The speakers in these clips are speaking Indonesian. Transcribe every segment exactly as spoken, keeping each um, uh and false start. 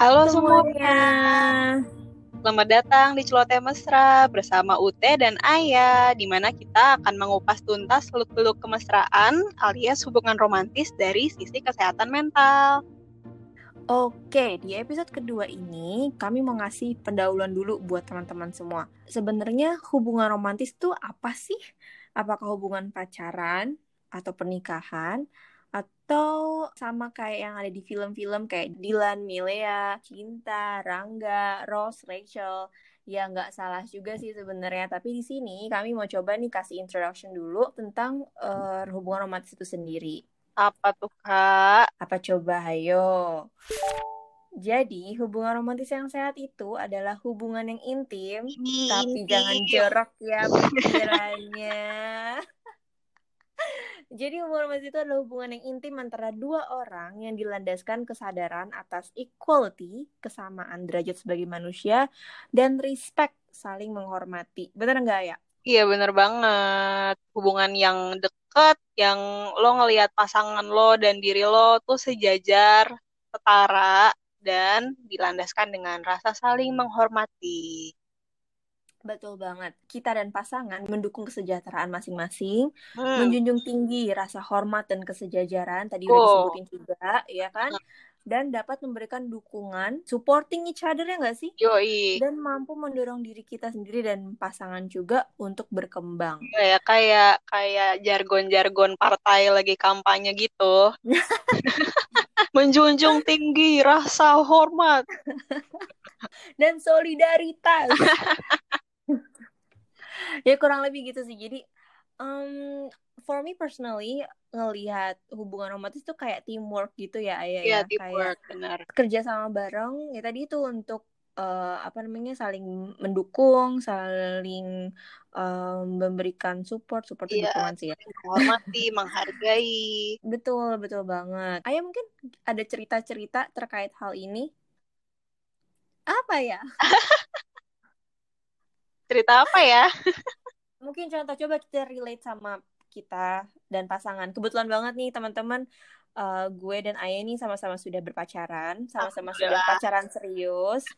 Halo semua, semuanya. selamat datang di Celoteh Mesra bersama Ute dan Aya, di mana kita akan mengupas tuntas seluk-beluk kemesraan alias hubungan romantis dari sisi kesehatan mental. Oke, di episode kedua ini kami mau ngasih pendahuluan dulu buat teman-teman semua. Sebenarnya hubungan romantis tuh apa sih? Apakah hubungan pacaran atau pernikahan? Atau sama kayak yang ada di film-film kayak Dylan, Milea, Cinta, Rangga, Rose, Rachel. Ya nggak salah juga sih sebenarnya. Tapi di sini kami mau coba nih kasih introduction dulu tentang uh, hubungan romantis itu sendiri. Apa tuh, Kak? Apa coba, hayo. Jadi, hubungan romantis yang sehat itu adalah hubungan yang intim, Ini tapi jangan intim. jorok ya pikirannya. Jadi, hubungan romantis itu adalah hubungan yang intim antara dua orang yang dilandaskan kesadaran atas equality, kesamaan derajat sebagai manusia, dan respect, saling menghormati. Bener nggak ya? Iya bener banget. Hubungan yang deket, yang lo ngelihat pasangan lo dan diri lo tuh sejajar, setara, dan dilandaskan dengan rasa saling menghormati. Betul banget. Kita dan pasangan mendukung kesejahteraan masing-masing, Hmm, menjunjung tinggi rasa hormat dan kesejajaran, tadi udah cool. disebutin juga, ya kan? Dan dapat memberikan dukungan, supporting each other ya nggak sih? Yoi. Dan mampu mendorong diri kita sendiri dan pasangan juga untuk berkembang. Iya ya, kayak kayak jargon-jargon partai lagi kampanye gitu. Menjunjung tinggi rasa hormat. Dan solidaritas. Ya kurang lebih gitu sih. Jadi, um, for me personally, ngelihat hubungan romantis tuh kayak teamwork gitu ya, Ayah Iya, ya. Kayak teamwork, benar. kerja sama bareng ya tadi itu untuk uh, apa namanya saling mendukung, saling um, memberikan support, support itu Iya, dukungan sih ya. saling menghormati, menghargai. Betul, betul banget. Ayah mungkin ada cerita-cerita terkait hal ini. Apa ya? Cerita apa ya? Mungkin contoh coba kita relate sama kita dan pasangan. Kebetulan banget nih teman-teman, uh, gue dan Ayah nih sama-sama sudah berpacaran, sama-sama sudah Alhamdulillah. pacaran serius.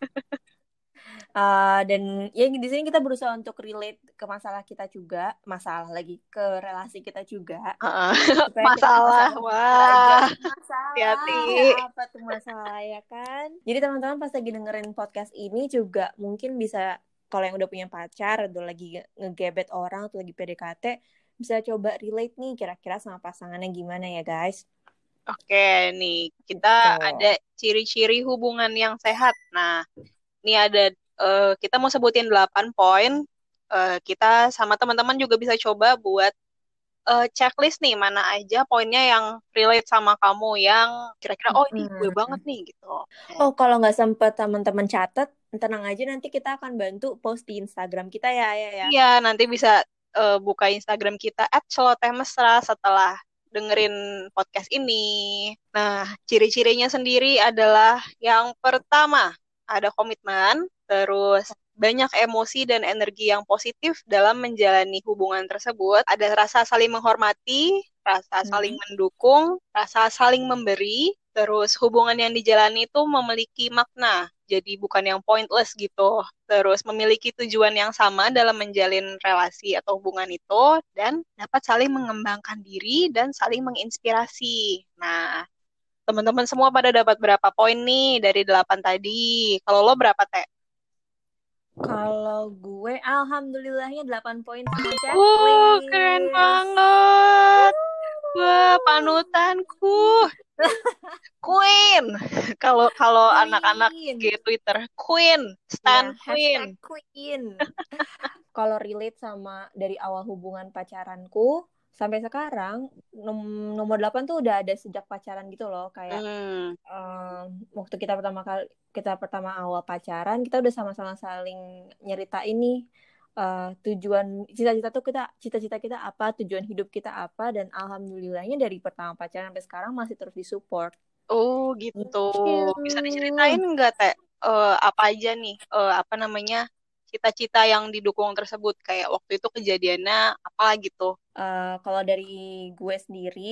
Uh, dan ya di sini kita berusaha untuk relate ke masalah kita juga, masalah lagi ke relasi kita juga, Heeh. supaya kita Masalah, sama-sama belajar wah, hati-hati. masalah apa tuh masalah ya kan. Jadi teman-teman pas lagi dengerin podcast ini juga mungkin bisa, kalau yang udah punya pacar atau lagi ngegebet orang atau lagi P D K T, bisa coba relate nih kira-kira sama pasangannya gimana ya guys. Oke, nih kita ada Tuh. ciri-ciri hubungan yang sehat. Nah, ini ada eh, kita mau sebutin delapan poin. Eh, kita sama teman-teman juga bisa coba buat eh, checklist nih mana aja poinnya yang relate sama kamu yang kira-kira oh ini gue banget Hmm. nih gitu. Oh, kalau nggak sempet teman-teman catat, tenang aja nanti kita akan bantu post di Instagram kita ya, ya, ya. Iya, nanti bisa eh, buka Instagram kita at celoteh mesra setelah dengerin podcast ini. Nah, ciri-cirinya sendiri adalah yang pertama, ada komitmen, terus banyak emosi dan energi yang positif dalam menjalani hubungan tersebut. Ada rasa saling menghormati, rasa saling Hmm. mendukung, rasa saling memberi, terus hubungan yang dijalani itu memiliki makna. Jadi bukan yang pointless gitu. Terus memiliki tujuan yang sama dalam menjalin relasi atau hubungan itu dan dapat saling mengembangkan diri dan saling menginspirasi. Nah, teman-teman semua pada dapat berapa poin nih dari delapan tadi? Kalau lo berapa, Teh? Kalau gue, alhamdulillahnya delapan poin semua Uh, keren checklist. banget. Wah, Woo! panutanku. Queen. Kalau kalau anak-anak Queen. di Twitter, Queen, Stan Ya, Queen. hashtag Queen. Kalau relate sama dari awal hubungan pacaranku sampai sekarang, nom- nomor delapan tuh udah ada sejak pacaran gitu loh. Kayak Hmm, um, waktu kita pertama kali kita pertama awal pacaran, kita udah sama-sama saling nyerita ini uh, tujuan cita-cita tuh kita cita-cita kita apa, tujuan hidup kita apa, dan alhamdulillahnya dari pertama pacaran sampai sekarang masih terus disupport. oh gitu. Bisa Gitu. diceritain nggak, Teh? Eh, apa aja nih? Eh, apa namanya? Cita-cita yang didukung tersebut kayak waktu itu kejadiannya apa gitu? Uh, kalau dari gue sendiri,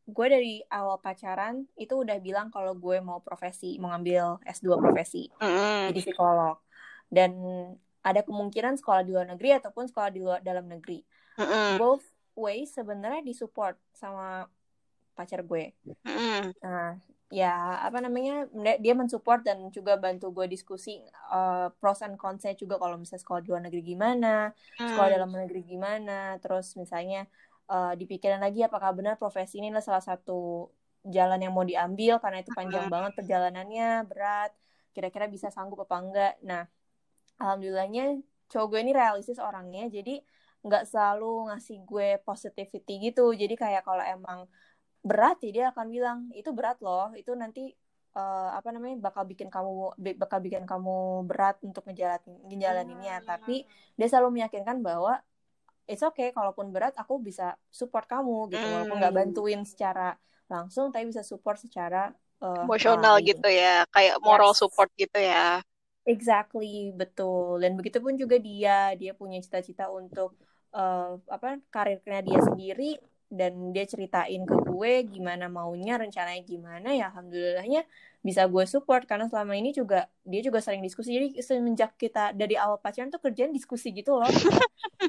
gue dari awal pacaran itu udah bilang kalau gue mau profesi, mau ngambil S dua profesi, Mm-mm. jadi psikolog. Dan ada kemungkinan sekolah di luar negeri ataupun sekolah di luar dalam negeri. Mm-mm. Both ways sebenarnya disupport sama pacar gue. Mm-mm. Nah, ya apa namanya, dia mensupport dan juga bantu gue diskusi uh, pros and cons-nya juga, kalau misalnya sekolah di luar negeri gimana, sekolah Mm. dalam negeri gimana, terus misalnya uh, dipikirin lagi apakah benar profesi ini adalah salah satu jalan yang mau diambil karena itu panjang Mm. banget perjalanannya, berat, kira-kira bisa sanggup apa enggak. Nah, alhamdulillahnya cowok gue ini realistis orangnya, jadi nggak selalu ngasih gue positivity gitu. Jadi kayak kalau emang berat ya dia akan bilang itu berat loh, itu nanti uh, apa namanya bakal bikin kamu bakal bikin kamu berat untuk ngejalanin ngejalaninnya. Tapi dia selalu meyakinkan bahwa it's okay, kalaupun berat aku bisa support kamu gitu, walaupun nggak Mm. bantuin secara langsung tapi bisa support secara uh, Emosional lain. gitu ya, kayak moral Yes. support gitu ya. Exactly, betul. Dan begitu pun juga dia, dia punya cita-cita untuk uh, apa karirnya dia sendiri, dan dia ceritain ke gue gimana maunya, rencananya gimana, ya alhamdulillahnya bisa gue support karena selama ini juga dia juga sering diskusi. Jadi semenjak kita dari awal pacaran tuh kerjaan diskusi gitu loh kita.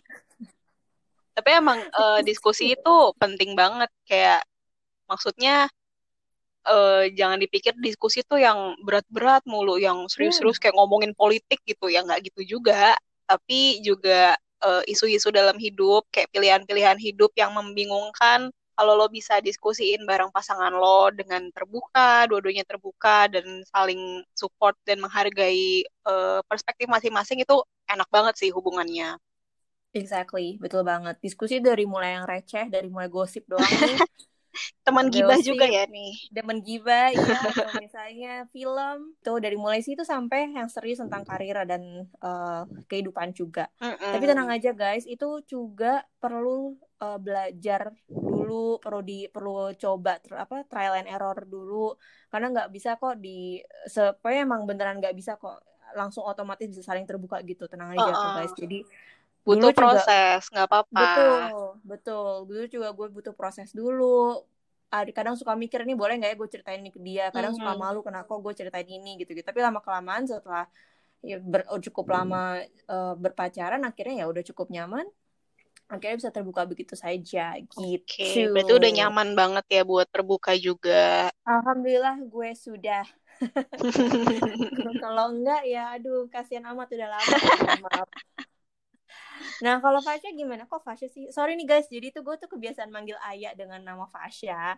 Tapi emang eh, diskusi itu penting banget, kayak maksudnya eh, jangan dipikir diskusi tuh yang berat-berat mulu, yang Hmm, serius-serius kayak ngomongin politik gitu ya, nggak gitu juga. Tapi juga eh, isu-isu dalam hidup, kayak pilihan-pilihan hidup yang membingungkan. Kalau lo bisa diskusiin bareng pasangan lo dengan terbuka, dua-duanya terbuka dan saling support dan menghargai eh, perspektif masing-masing, itu enak banget sih hubungannya. exactly, betul banget. Diskusi dari mulai yang receh, dari mulai gosip doang nih, Teman gibah juga gosip, ya nih. demen gibah, iya, atau misalnya film tuh dari mulai situ sampai yang serius tentang karir dan uh, kehidupan juga. Tapi tenang Mm-mm. aja guys, itu juga perlu uh, belajar dulu, perlu di perlu coba ter, apa trial and error dulu, karena nggak bisa kok di supaya emang beneran nggak bisa kok langsung otomatis bisa saling terbuka gitu. Tenang aja tuh guys. Uh-uh. Jadi dulu Butuh juga proses, nggak apa-apa. betul, betul. Dulu juga gue butuh proses dulu. Ada kadang suka mikir nih boleh nggak ya gue ceritain ini ke dia. Kadang suka Hmm. malu kenapa gue ceritain ini gitu-gitu. Tapi lama kelamaan setelah ya, ber, oh, cukup lama uh, berpacaran, akhirnya ya udah cukup nyaman. Akhirnya bisa terbuka begitu saja Oke, gitu. berarti udah nyaman banget ya buat terbuka juga. Alhamdulillah gue sudah. Kalau enggak ya aduh kasihan amat, udah lama kan, mohon maaf. Nah, kalau Fasya gimana? Kok Fasya sih? Sorry nih guys, jadi tuh gue tuh kebiasaan manggil Ayah dengan nama Fasya.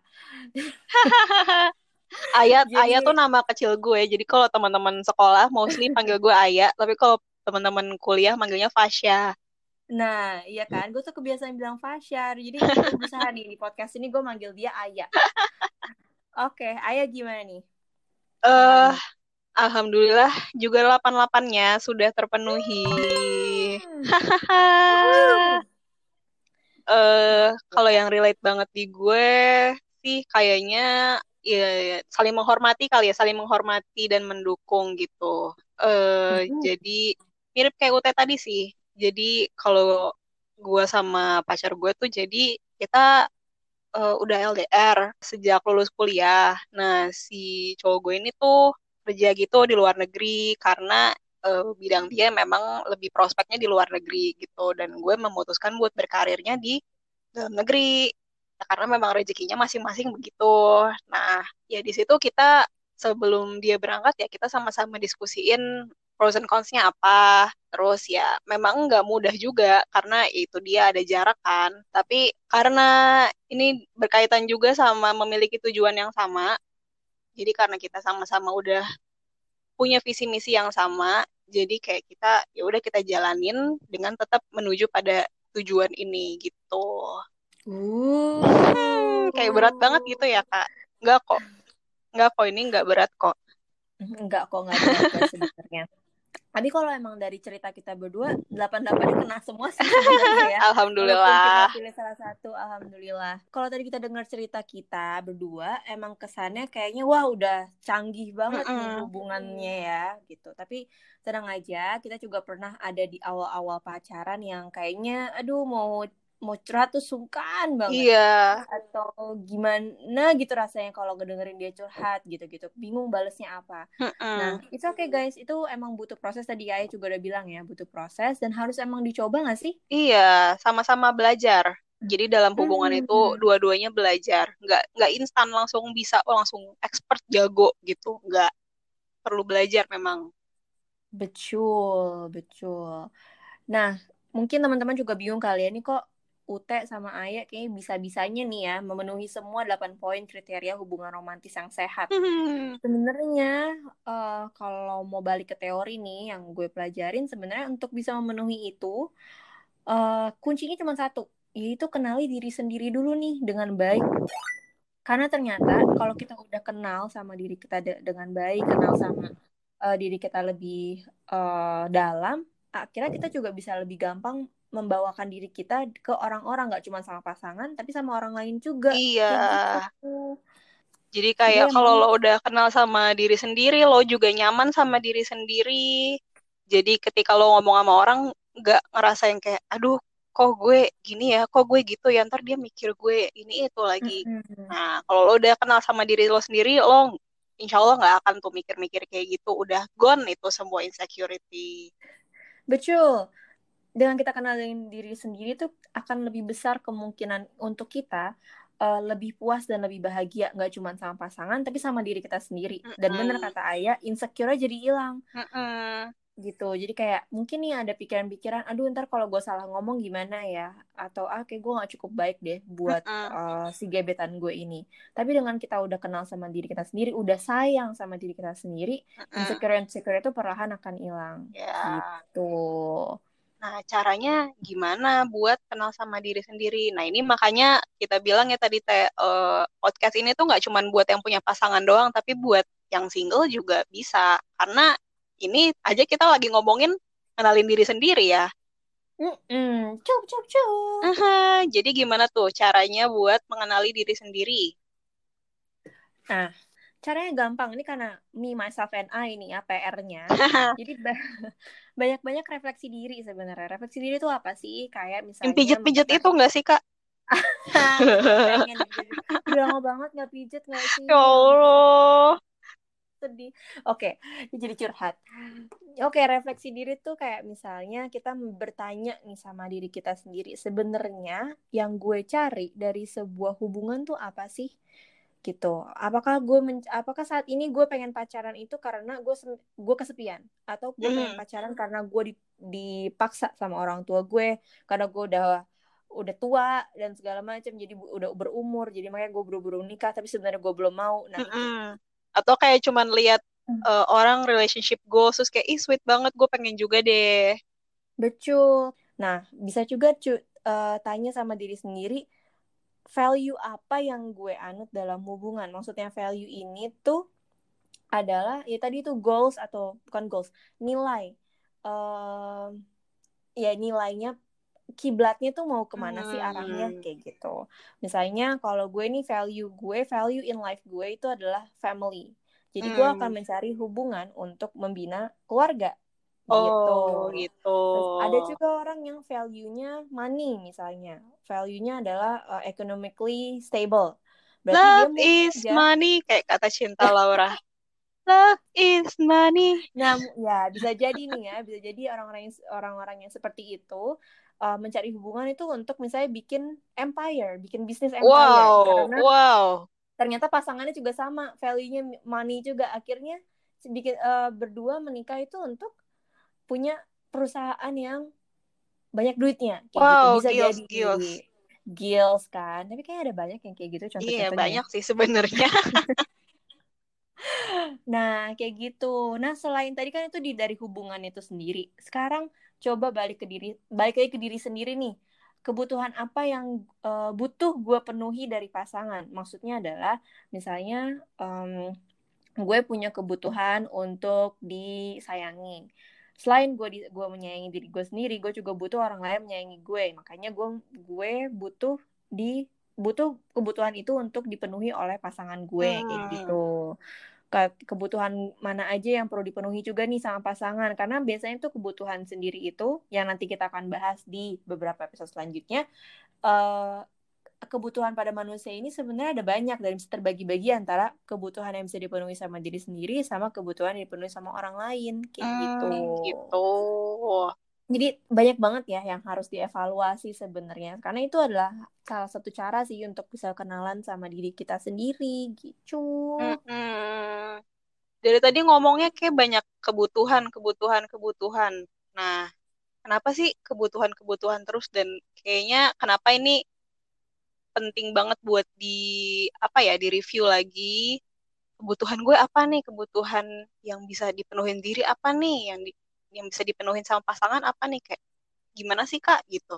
Ayat, Ayat tuh Jadi, nama kecil gue. Jadi kalau teman-teman sekolah mostly panggil gue Ayat, tapi kalau teman-teman kuliah manggilnya Fasya. nah, iya kan? Gue tuh kebiasaan bilang Fasya. Jadi gue berusaha nih di podcast ini gue manggil dia Ayah. Oke, Ayah gimana nih Eh, pengalaman? Alhamdulillah juga delapan delapannya sudah terpenuhi. Hmm. Hahaha. Wuh. eh Kalau Alhamdulillah. yang relate banget di gue sih kayaknya ya saling menghormati kali ya, saling menghormati dan mendukung gitu. Eh Hmm. jadi mirip kayak Ute tadi sih. Jadi kalau gue sama pacar gue tuh jadi kita eh, udah L D R sejak lulus kuliah. Nah, si cowok gue ini tuh kerja gitu di luar negeri karena eh, bidang dia memang lebih prospeknya di luar negeri gitu. Dan gue memutuskan buat berkarirnya di dalam negeri. Ya, karena memang rezekinya masing-masing begitu. Nah, ya di situ kita sebelum dia berangkat ya kita sama-sama diskusiin pros and cons-nya apa. Terus ya memang nggak mudah juga karena itu dia ada jarak kan. Tapi karena ini berkaitan juga sama memiliki tujuan yang sama, jadi karena kita sama-sama udah punya visi misi yang sama, jadi kayak kita ya udah kita jalanin dengan tetap menuju pada tujuan ini gitu. Hmm, kayak berat banget gitu ya, Uh. Kak. Enggak kok. Enggak kok, ini enggak berat kok. Enggak kok, enggak berat guys sebenarnya. Tapi kalau emang dari cerita kita berdua, delapan delapannya kena semua sih sebenarnya ya. Walaupun kita Alhamdulillah. pilih salah satu, alhamdulillah. Kalau tadi kita dengar cerita kita berdua, emang kesannya kayaknya wah udah canggih banget nih Mm-mm. hubungannya ya gitu. Tapi tenang aja, kita juga pernah ada di awal-awal pacaran yang kayaknya aduh mau mau curhat tuh sungkan banget. Iya. Atau gimana gitu rasanya kalau ngedengerin dia curhat gitu-gitu. Bingung balesnya apa. Mm-mm. Nah, itu oke guys. Itu emang butuh proses. Tadi Ayah juga udah bilang ya. Butuh proses dan harus emang dicoba gak sih? Iya, sama-sama belajar. Jadi dalam hubungan itu Hmm, dua-duanya belajar. Nggak nggak instan langsung bisa, oh, langsung expert jago gitu. Nggak, perlu belajar memang. betul, betul. Nah, mungkin teman-teman juga bingung kali ya. Ini kok Ute sama Ayah kayaknya bisa-bisanya nih ya memenuhi semua delapan poin kriteria hubungan romantis yang sehat. Sebenarnya eh, kalau mau balik ke teori nih yang gue pelajarin sebenarnya untuk bisa memenuhi itu eh, kuncinya cuma satu, yaitu kenali diri sendiri dulu nih dengan baik. Karena ternyata kalau kita udah kenal sama diri kita de- dengan baik, kenal sama eh, diri kita lebih eh, dalam, akhirnya kita juga bisa lebih gampang membawakan diri kita ke orang-orang, nggak cuma sama pasangan, tapi sama orang lain juga, Iya. kayak gitu. Jadi Jadi kayak kalau emang, lo udah kenal sama diri sendiri, lo juga nyaman sama diri sendiri. Jadi ketika lo ngomong sama orang, nggak ngerasa yang kayak, aduh, kok gue gini ya, kok gue gitu ya, ntar dia mikir gue ini itu lagi. mm-mm. Nah, kalau lo udah kenal sama diri lo sendiri, lo insya Allah nggak akan tuh mikir-mikir kayak gitu. Udah gone itu semua insecurity. Betul. Dengan kita kenalin diri sendiri tuh akan lebih besar kemungkinan untuk kita uh, lebih puas dan lebih bahagia, nggak cuma sama pasangan tapi sama diri kita sendiri. Dan bener Mm-mm. kata Ayah, insecure jadi hilang Mm-mm. gitu. Jadi kayak mungkin nih ada pikiran-pikiran, aduh ntar kalau gue salah ngomong gimana ya, atau ah kayak gue nggak cukup baik deh buat Mm-mm. uh, si gebetan gue ini. Tapi dengan kita udah kenal sama diri kita sendiri, udah sayang sama diri kita sendiri, Mm-mm. insecure insecure itu perlahan akan hilang Ya. gitu. Nah, caranya gimana buat kenal sama diri sendiri? Nah, ini makanya kita bilang ya tadi teh eh, podcast ini tuh nggak cuma buat yang punya pasangan doang, tapi buat yang single juga bisa. Karena ini aja kita lagi ngomongin kenalin diri sendiri ya. Mm-mm. Cup, cup, cup. Aha, jadi gimana tuh caranya buat mengenali diri sendiri? Nah, caranya gampang. Ini karena me, myself, and I nih ya P R-nya. Jadi ba- banyak-banyak refleksi diri sebenarnya. Refleksi diri itu apa sih? Kayak Yang misalnya pijet-pijet itu mempertanyakan. nggak sih, Kak? Pengen dipijet. Udah lama banget nggak pijet nggak sih? Ya Ya ampun, Allah. sedih. Oke, ini jadi curhat. Oke, refleksi diri tuh kayak misalnya kita bertanya nih sama diri kita sendiri. Sebenarnya yang gue cari dari sebuah hubungan tuh apa sih? Gitu. Apakah gue men- apakah saat ini gue pengen pacaran itu karena gue sem- gue kesepian atau gue pengen Hmm, pacaran karena gue di- dipaksa sama orang tua gue karena gue udah udah tua dan segala macam jadi bu- udah berumur jadi makanya gue buru-buru nikah tapi sebenarnya gue belum mau. Nah itu. mm-mm. Atau kayak cuman lihat eh, orang relationship goals terus kayak ih sweet banget gue pengen juga deh. Betul. Nah, bisa juga cu eh, tanya sama diri sendiri, value apa yang gue anut dalam hubungan. Maksudnya value ini tuh adalah, ya tadi tuh goals atau bukan goals, nilai. eh ya nilainya, kiblatnya tuh mau kemana sih arahnya, Hmm. kayak gitu. Misalnya kalau gue nih value gue, value in life gue itu adalah family. Jadi gue akan Hmm. mencari hubungan untuk membina keluarga Oh, gitu. gitu. Terus ada juga orang yang value-nya money misalnya. Value-nya adalah uh, economically stable. Berarti dia Love mungkin is aja. money kayak kata Cinta Laura. Love is money. Nah, ya bisa jadi nih ya, bisa jadi orang-orang yang orang-orang yang seperti itu uh, mencari hubungan itu untuk misalnya bikin empire, bikin bisnis empire. Wow, Karena wow. ternyata pasangannya juga sama, value-nya money juga. Akhirnya bikin uh, berdua menikah itu untuk punya perusahaan yang banyak duitnya kayak gitu, Wow, bisa gills, jadi gills. Gills kan, tapi kayaknya ada banyak yang kayak gitu Iya, contoh-contohnya. banyak sih sebenarnya. Nah kayak gitu. Nah selain tadi kan itu di dari hubungan itu sendiri, sekarang coba balik ke diri balik lagi ke diri sendiri nih, kebutuhan apa yang uh, butuh gue penuhi dari pasangan. Maksudnya adalah misalnya um, gue punya kebutuhan untuk disayangi. Selain gue di, gue menyayangi diri gue sendiri, gue juga butuh orang lain menyayangi gue. Makanya gue gue butuh di butuh kebutuhan itu untuk dipenuhi oleh pasangan gue kayak Hmm. gitu. Ke- kebutuhan mana aja yang perlu dipenuhi juga nih sama pasangan, karena biasanya tuh kebutuhan sendiri itu yang nanti kita akan bahas di beberapa episode selanjutnya uh, kebutuhan pada manusia ini sebenarnya ada banyak dan bisa terbagi-bagi antara kebutuhan yang bisa dipenuhi sama diri sendiri sama kebutuhan yang dipenuhi sama orang lain kayak gitu. Hmm, gitu. Jadi banyak banget ya yang harus dievaluasi sebenarnya karena itu adalah salah satu cara sih untuk bisa kenalan sama diri kita sendiri gitu. Mm-mm. Dari tadi ngomongnya kayak banyak kebutuhan, kebutuhan, kebutuhan. Nah, kenapa sih kebutuhan-kebutuhan terus dan kayaknya kenapa ini penting banget buat di apa ya, di review lagi. Kebutuhan gue apa nih? Kebutuhan yang bisa dipenuhin diri apa nih? Yang di, yang bisa dipenuhin sama pasangan apa nih? Kayak gimana sih Kak gitu?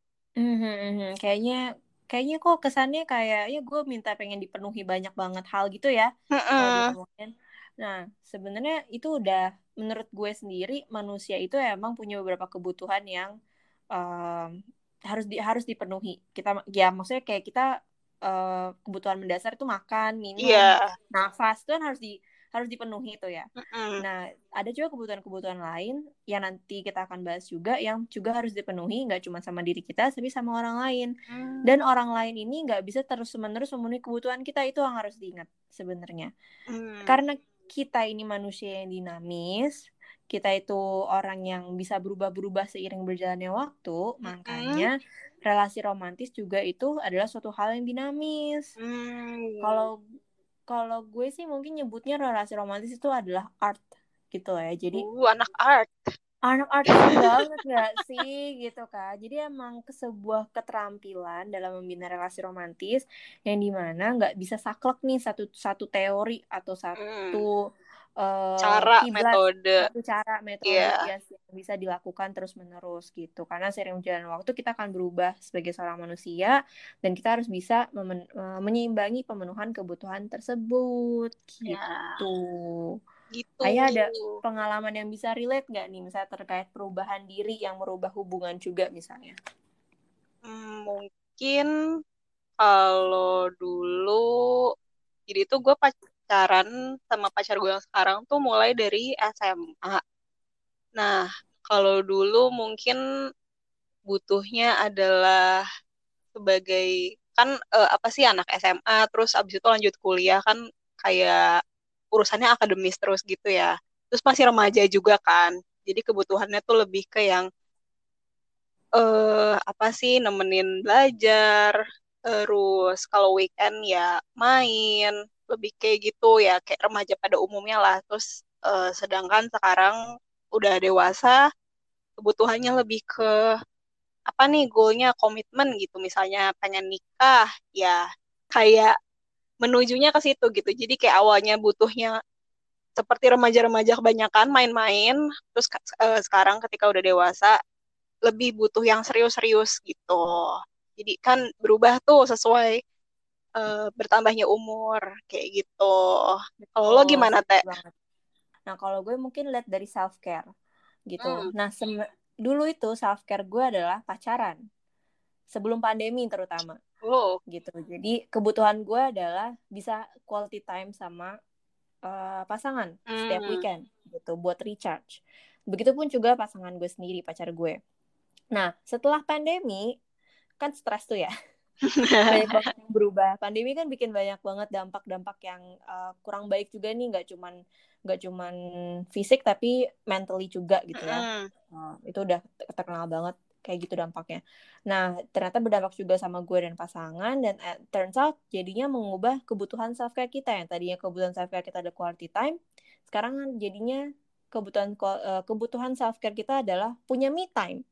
Mhm, kayaknya kayaknya kok kesannya kayak ya gue minta pengen dipenuhi banyak banget hal gitu ya kalau Mm-mm. diomongin. Nah, sebenarnya itu udah menurut gue sendiri manusia itu emang punya beberapa kebutuhan yang um, harus di harus dipenuhi. Kita ya maksudnya kayak kita uh, kebutuhan mendasar itu makan, minum, Iya. nafas itu kan harus di harus dipenuhi itu ya. Mm-mm. Nah, ada juga kebutuhan-kebutuhan lain yang nanti kita akan bahas juga yang juga harus dipenuhi nggak cuma sama diri kita tapi sama orang lain. Dan Hmm. orang lain ini nggak bisa terus-menerus memenuhi kebutuhan kita itu yang harus diingat sebenarnya. Hmm. Karena kita ini manusia yang dinamis, kita itu orang yang bisa berubah-berubah seiring berjalannya waktu, Mm-mm. makanya relasi romantis juga itu adalah suatu hal yang dinamis. Hmm. Kalau kalau gue sih mungkin nyebutnya relasi romantis itu adalah art gitu ya. Jadi Uh, anak art. anak artisan banget gak sih gitu kan. Jadi emang ke sebuah keterampilan dalam membina relasi romantis yang dimana nggak bisa saklek nih satu satu teori atau satu Hmm. uh, Cara, kiblat metode. satu cara Iya. metode ya yang bisa dilakukan terus menerus gitu. Karena seiring berjalan waktu kita akan berubah sebagai seorang manusia dan kita harus bisa memen- uh, menyeimbangi pemenuhan kebutuhan tersebut Ya, gitu. gitu. Ayah ada pengalaman yang bisa relate nggak nih, misalnya terkait perubahan diri yang merubah hubungan juga misalnya? Hmm, mungkin kalau dulu, jadi tuh gue pacaran sama pacar gue yang sekarang tuh mulai dari S M A. Nah, kalau dulu mungkin butuhnya adalah sebagai, kan eh, apa sih anak S M A, terus abis itu lanjut kuliah kan kayak urusannya akademis terus gitu ya. Terus masih remaja juga kan. Jadi kebutuhannya tuh lebih ke yang eh apa sih nemenin belajar, terus kalau weekend ya main, lebih kayak gitu ya, kayak remaja pada umumnya lah. Terus eh, sedangkan sekarang udah dewasa, kebutuhannya lebih ke apa nih, goalnya komitmen gitu, misalnya pengen nikah, ya kayak menujunya ke situ gitu. Jadi kayak awalnya butuhnya seperti remaja-remaja kebanyakan main-main, terus eh, sekarang ketika udah dewasa lebih butuh yang serius-serius gitu. Jadi kan berubah tuh sesuai eh, bertambahnya umur kayak gitu. Kalau lo Oh, gimana, setuju Teh? banget. Nah, kalau gue mungkin lihat dari self care gitu. Hmm. Nah, sem- dulu itu self care gue adalah pacaran sebelum pandemi terutama Oh. gitu. Jadi kebutuhan gue adalah bisa quality time sama uh, pasangan setiap Hmm. weekend gitu buat recharge. Begitupun juga pasangan gue sendiri, pacar gue. Nah, setelah pandemi kan stres tuh ya. Banyak banget yang berubah. Pandemi kan bikin banyak banget dampak-dampak yang uh, kurang baik juga nih, nggak cuman nggak cuman fisik tapi mentally juga gitu ya. Mm-mm. Nah, itu udah terkenal banget kayak gitu dampaknya. Nah, ternyata berdampak juga sama gue dan pasangan dan uh, turns out jadinya mengubah kebutuhan self care kita yang tadinya kebutuhan self care kita ada quality time, sekarang jadinya kebutuhan uh, kebutuhan self care kita adalah punya me time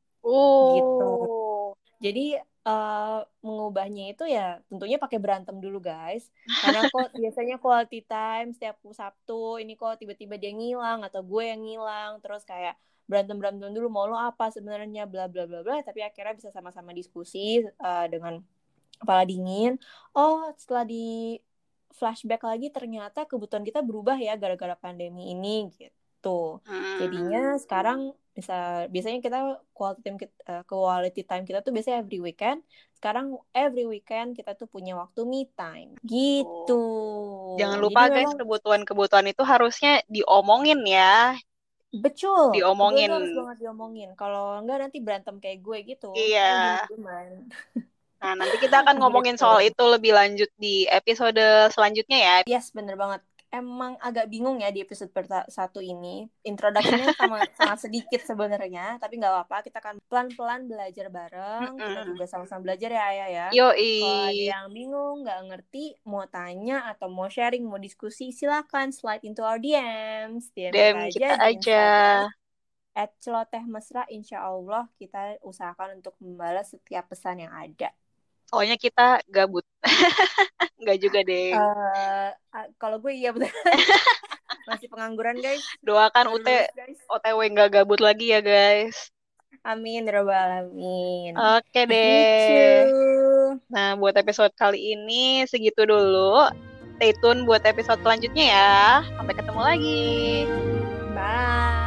gitu. Oh. Jadi uh, mengubahnya itu ya tentunya pakai berantem dulu guys. Karena kok biasanya quality time setiap Sabtu ini kok tiba-tiba dia ngilang atau gue yang ngilang terus kayak berantem-berantem dulu mau lo apa sebenarnya bla bla bla bla tapi akhirnya bisa sama-sama diskusi uh, dengan kepala dingin. Oh, setelah di flashback lagi ternyata kebutuhan kita berubah ya gara-gara pandemi ini gitu. Jadinya Hmm. sekarang bisa biasanya kita quality time kita, uh, quality time kita tuh biasanya every weekend. Sekarang every weekend kita tuh punya waktu me time gitu. Oh. Jangan lupa Jadi guys, memang kebutuhan-kebutuhan itu harusnya diomongin ya. betul, kebutuhan Diomongin. tuh harus banget diomongin. Kalau enggak nanti berantem kayak gue gitu. Iya. Kayak diem-dieman. Nah, nanti kita akan ngomongin Gitu. soal itu lebih lanjut di episode selanjutnya ya. Yes, bener banget. Emang agak bingung ya di episode perta- satu ini. Introduction-nya sama, sangat sedikit sebenarnya, tapi nggak apa-apa. Kita akan pelan-pelan belajar bareng. Kita Mm-mm. juga sama-sama belajar ya, Ayah ya. Yoi. Kalau ada yang bingung, nggak ngerti, mau tanya atau mau sharing, mau diskusi, silakan slide into our D Ms. D M D M kita aja kita di aja. Instagram. At celoteh mesra, insya Allah kita usahakan untuk membalas setiap pesan yang ada. Soalnya kita gabut. Enggak juga, deh. Uh, kalau gue iya betul. Masih pengangguran guys. Doakan U T Baru lulus guys. O T W nggak gabut lagi ya, guys. Amin, ya rabbal alamin. Oke Gitu. deh. Nah, buat episode kali ini segitu dulu. Stay tune buat episode selanjutnya ya. Sampai ketemu lagi. Bye.